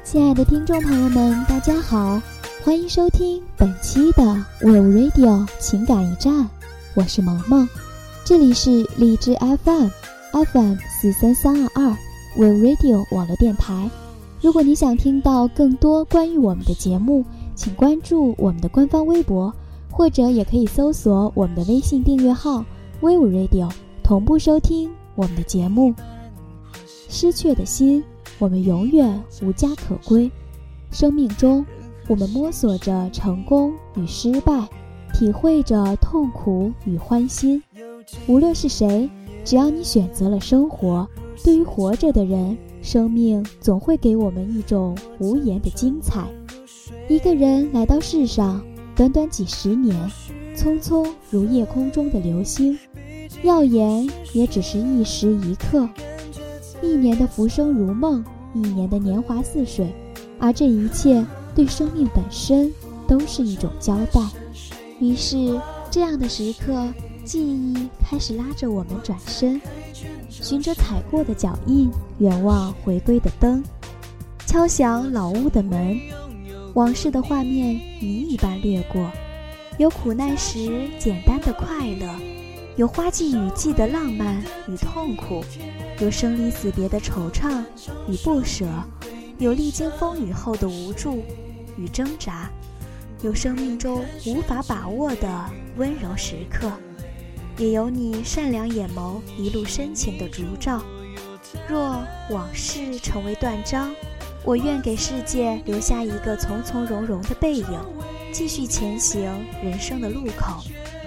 亲爱的听众朋友们，大家好，欢迎收听本期的 Wave Radio 情感驿站，我是萌萌，这里是荔枝 FM43322 Wave Radio 网络电台。如果你想听到更多关于我们的节目，请关注我们的官方微博，或者也可以搜索我们的微信订阅号 Wave Radio， 同步收听我们的节目。失去的心，我们永远无家可归。生命中，我们摸索着成功与失败，体会着痛苦与欢欣。无论是谁，只要你选择了生活，对于活着的人，生命总会给我们一种无言的精彩。一个人来到世上，短短几十年，匆匆如夜空中的流星，耀眼也只是一时一刻。一年的浮生如梦，一年的年华似水，而这一切对生命本身都是一种交代。于是这样的时刻，记忆开始拉着我们转身，循着踩过的脚印，远望回归的灯，敲响老屋的门，往事的画面云一般掠过，有苦难时简单的快乐，有花季雨季的浪漫与痛苦，有生离死别的惆怅与不舍，有历经风雨后的无助与挣扎，有生命中无法把握的温柔时刻，也有你善良眼眸一路深情的烛照。若往事成为断章，我愿给世界留下一个从从容容的背影，继续前行人生的路口。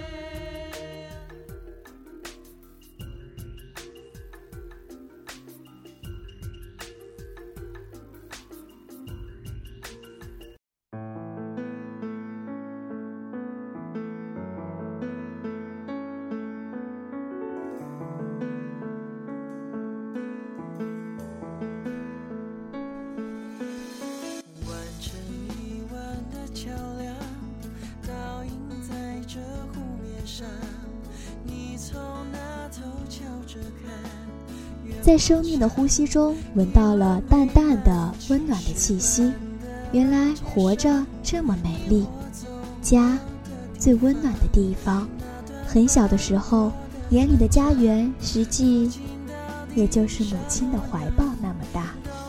在生命的呼吸中闻到了淡淡的温暖的气息，原来活着这么美丽。家，最温暖的地方。很小的时候，眼里的家园实际也就是母亲的怀抱那么大。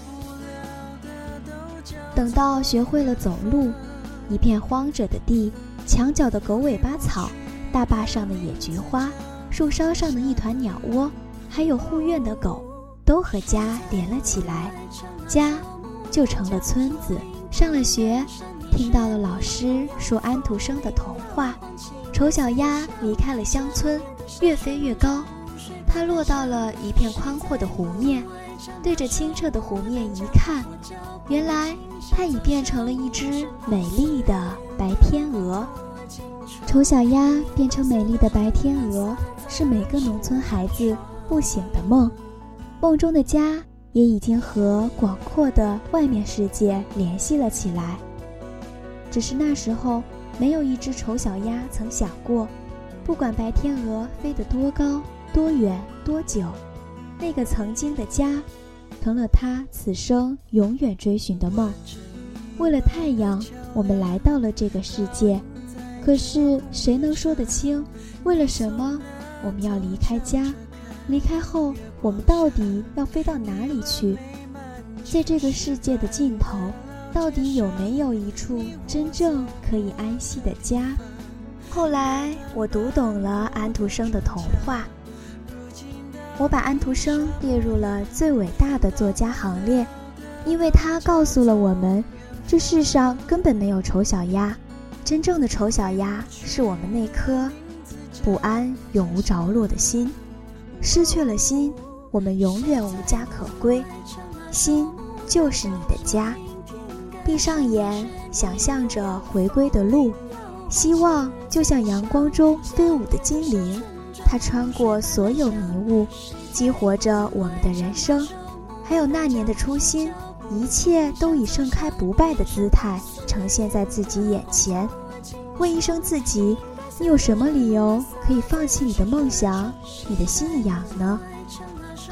等到学会了走路，一片荒着的地，墙角的狗尾巴草，大坝上的野菊花，树梢上的一团鸟窝，还有护院的狗，都和家连了起来，家就成了村子。上了学，听到了老师说安徒生的童话，丑小鸭离开了乡村，越飞越高，它落到了一片宽阔的湖面，对着清澈的湖面一看，原来它已变成了一只美丽的白天鹅。丑小鸭变成美丽的白天鹅，是每个农村孩子不醒的梦，梦中的家也已经和广阔的外面世界联系了起来。只是那时候没有一只丑小鸭曾想过，不管白天鹅飞得多高多远多久，那个曾经的家成了它此生永远追寻的梦。为了太阳，我们来到了这个世界，可是谁能说得清，为了什么我们要离开家？离开后，我们到底要飞到哪里去？在这个世界的尽头，到底有没有一处真正可以安息的家？后来我读懂了安徒生的童话，我把安徒生列入了最伟大的作家行列，因为他告诉了我们，这世上根本没有丑小鸭，真正的丑小鸭是我们那颗不安永无着落的心。失去了心，我们永远无家可归，心就是你的家。闭上眼，想象着回归的路，希望就像阳光中飞舞的精灵，它穿过所有迷雾，激活着我们的人生。还有那年的初心，一切都以盛开不败的姿态呈现在自己眼前。问一声自己，你有什么理由可以放弃你的梦想，你的信仰呢？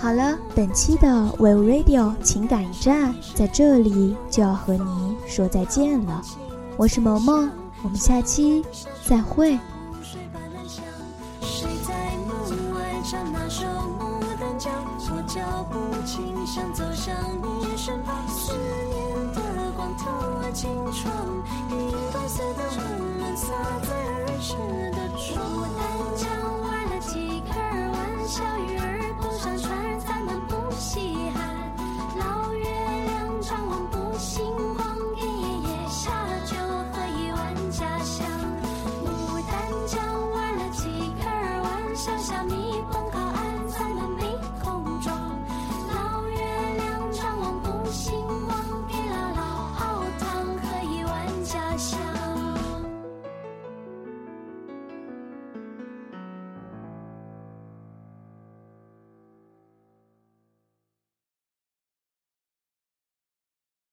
好了，本期的 We Radio 情感驿站在这里就要和你说再见了。我是萌萌，我们下期再会。 谁在门外唱那首牡丹江？我脚步轻，想走向你身旁，思念的光透了金窗，银白色的门。